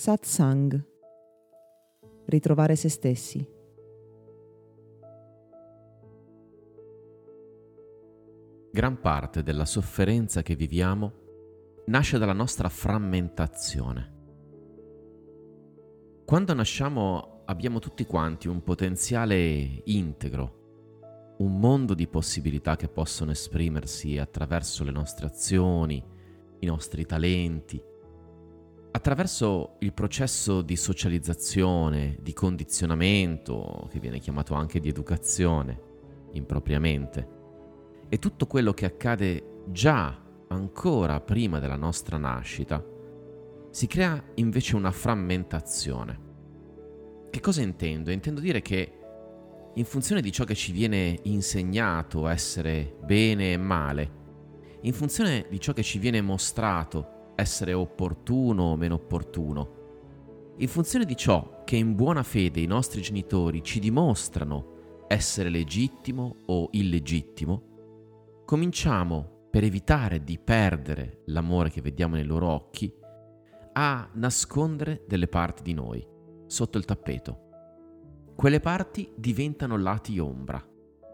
Satsang. Ritrovare se stessi. Gran parte della sofferenza che viviamo nasce dalla nostra frammentazione. Quando nasciamo abbiamo tutti quanti un potenziale integro, un mondo di possibilità che possono esprimersi attraverso le nostre azioni, i nostri talenti, attraverso il processo di socializzazione, di condizionamento, che viene chiamato anche di educazione, impropriamente, e tutto quello che accade già ancora prima della nostra nascita, si crea invece una frammentazione. Che cosa intendo? Intendo dire che in funzione di ciò che ci viene insegnato essere bene e male, in funzione di ciò che ci viene mostrato essere opportuno o meno opportuno, in funzione di ciò che in buona fede i nostri genitori ci dimostrano essere legittimo o illegittimo, cominciamo, per evitare di perdere l'amore che vediamo nei loro occhi, a nascondere delle parti di noi sotto il tappeto. Quelle parti diventano lati ombra.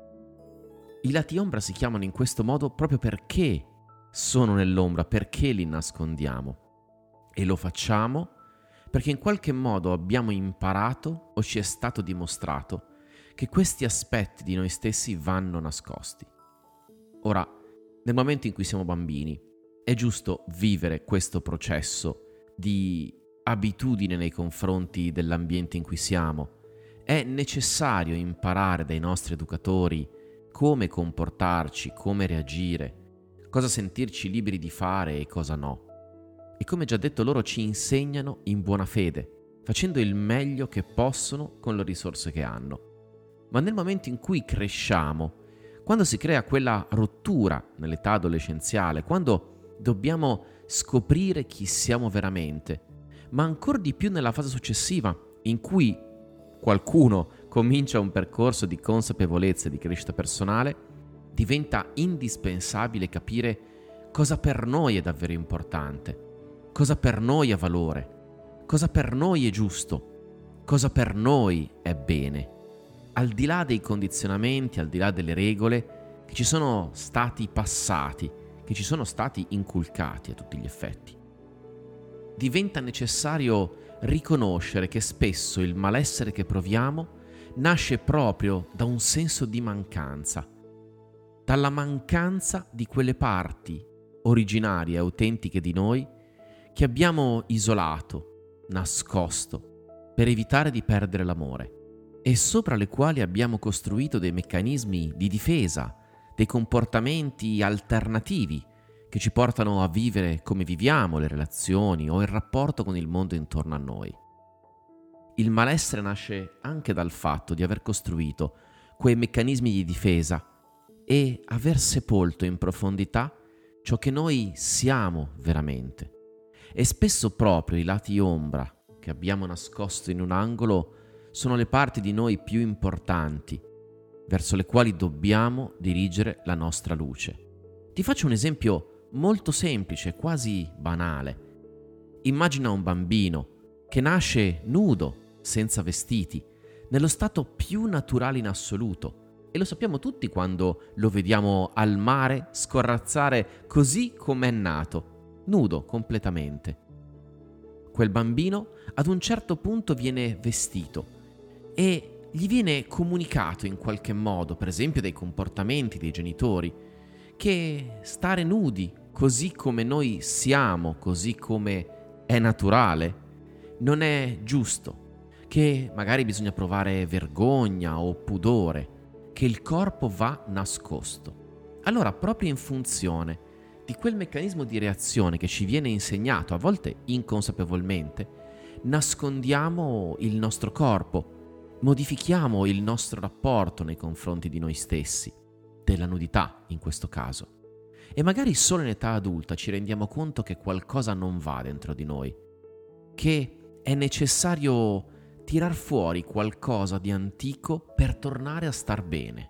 I lati ombra si chiamano in questo modo proprio perché sono nell'ombra, perché li nascondiamo. E lo facciamo perché in qualche modo abbiamo imparato o ci è stato dimostrato che questi aspetti di noi stessi vanno nascosti. Ora, nel momento in cui siamo bambini, è giusto vivere questo processo di abitudine nei confronti dell'ambiente in cui siamo. È necessario imparare dai nostri educatori come comportarci, come reagire, cosa sentirci liberi di fare e cosa no. E come già detto, loro ci insegnano in buona fede, facendo il meglio che possono con le risorse che hanno. Ma nel momento in cui cresciamo, quando si crea quella rottura nell'età adolescenziale, quando dobbiamo scoprire chi siamo veramente, ma ancor di più nella fase successiva, in cui qualcuno comincia un percorso di consapevolezza e di crescita personale, diventa indispensabile capire cosa per noi è davvero importante, cosa per noi ha valore, cosa per noi è giusto, cosa per noi è bene, al di là dei condizionamenti, al di là delle regole che ci sono stati passati, che ci sono stati inculcati a tutti gli effetti. Diventa necessario riconoscere che spesso il malessere che proviamo nasce proprio da un senso di mancanza, dalla mancanza di quelle parti originarie e autentiche di noi che abbiamo isolato, nascosto, per evitare di perdere l'amore, e sopra le quali abbiamo costruito dei meccanismi di difesa, dei comportamenti alternativi che ci portano a vivere come viviamo le relazioni o il rapporto con il mondo intorno a noi. Il malessere nasce anche dal fatto di aver costruito quei meccanismi di difesa e aver sepolto in profondità ciò che noi siamo veramente. E spesso proprio i lati ombra che abbiamo nascosto in un angolo sono le parti di noi più importanti, verso le quali dobbiamo dirigere la nostra luce. Ti faccio un esempio molto semplice, quasi banale. Immagina un bambino che nasce nudo, senza vestiti, nello stato più naturale in assoluto. E lo sappiamo tutti quando lo vediamo al mare scorrazzare così com'è nato, nudo completamente. Quel bambino ad un certo punto viene vestito e gli viene comunicato in qualche modo, per esempio dai comportamenti dei genitori, che stare nudi, così come noi siamo, così come è naturale, non è giusto, che magari bisogna provare vergogna o pudore, che il corpo va nascosto. Allora, proprio in funzione di quel meccanismo di reazione che ci viene insegnato, a volte inconsapevolmente, nascondiamo il nostro corpo, modifichiamo il nostro rapporto nei confronti di noi stessi, della nudità in questo caso. E magari solo in età adulta ci rendiamo conto che qualcosa non va dentro di noi, che è necessario tirar fuori qualcosa di antico per tornare a star bene.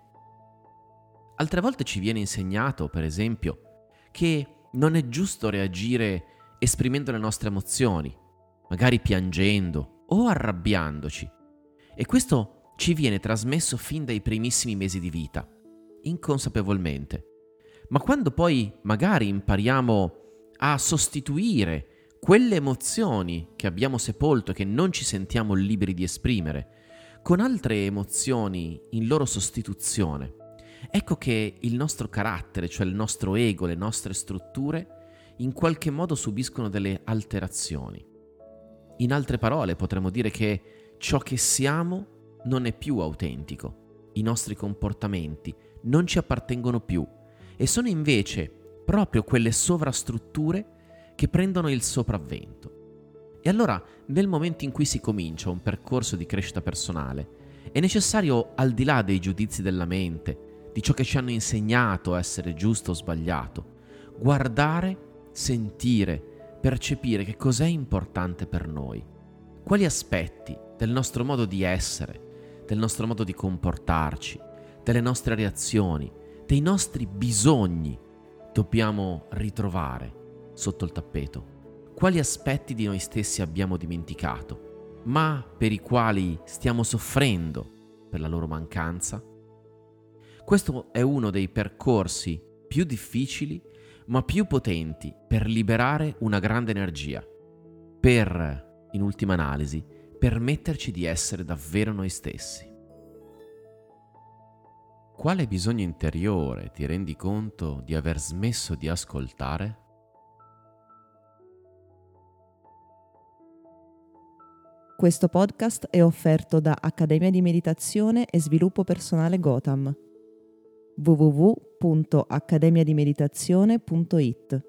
Altre volte ci viene insegnato, per esempio, che non è giusto reagire esprimendo le nostre emozioni, magari piangendo o arrabbiandoci. E questo ci viene trasmesso fin dai primissimi mesi di vita, inconsapevolmente. Ma quando poi magari impariamo a sostituire quelle emozioni che abbiamo sepolto e che non ci sentiamo liberi di esprimere con altre emozioni in loro sostituzione, ecco che il nostro carattere, cioè il nostro ego, le nostre strutture, in qualche modo subiscono delle alterazioni. In altre parole, potremmo dire che ciò che siamo non è più autentico. I nostri comportamenti non ci appartengono più e sono invece proprio quelle sovrastrutture che prendono il sopravvento. E allora, nel momento in cui si comincia un percorso di crescita personale, è necessario, al di là dei giudizi della mente, di ciò che ci hanno insegnato a essere giusto o sbagliato, guardare, sentire, percepire che cos'è importante per noi, quali aspetti del nostro modo di essere, del nostro modo di comportarci, delle nostre reazioni, dei nostri bisogni dobbiamo ritrovare sotto il tappeto. Quali aspetti di noi stessi abbiamo dimenticato, ma per i quali stiamo soffrendo per la loro mancanza? Questo è uno dei percorsi più difficili, ma più potenti per liberare una grande energia, per, in ultima analisi, permetterci di essere davvero noi stessi. Quale bisogno interiore ti rendi conto di aver smesso di ascoltare? Questo podcast è offerto da Accademia di Meditazione e Sviluppo Personale Gotham. www.accademiadimeditazione.it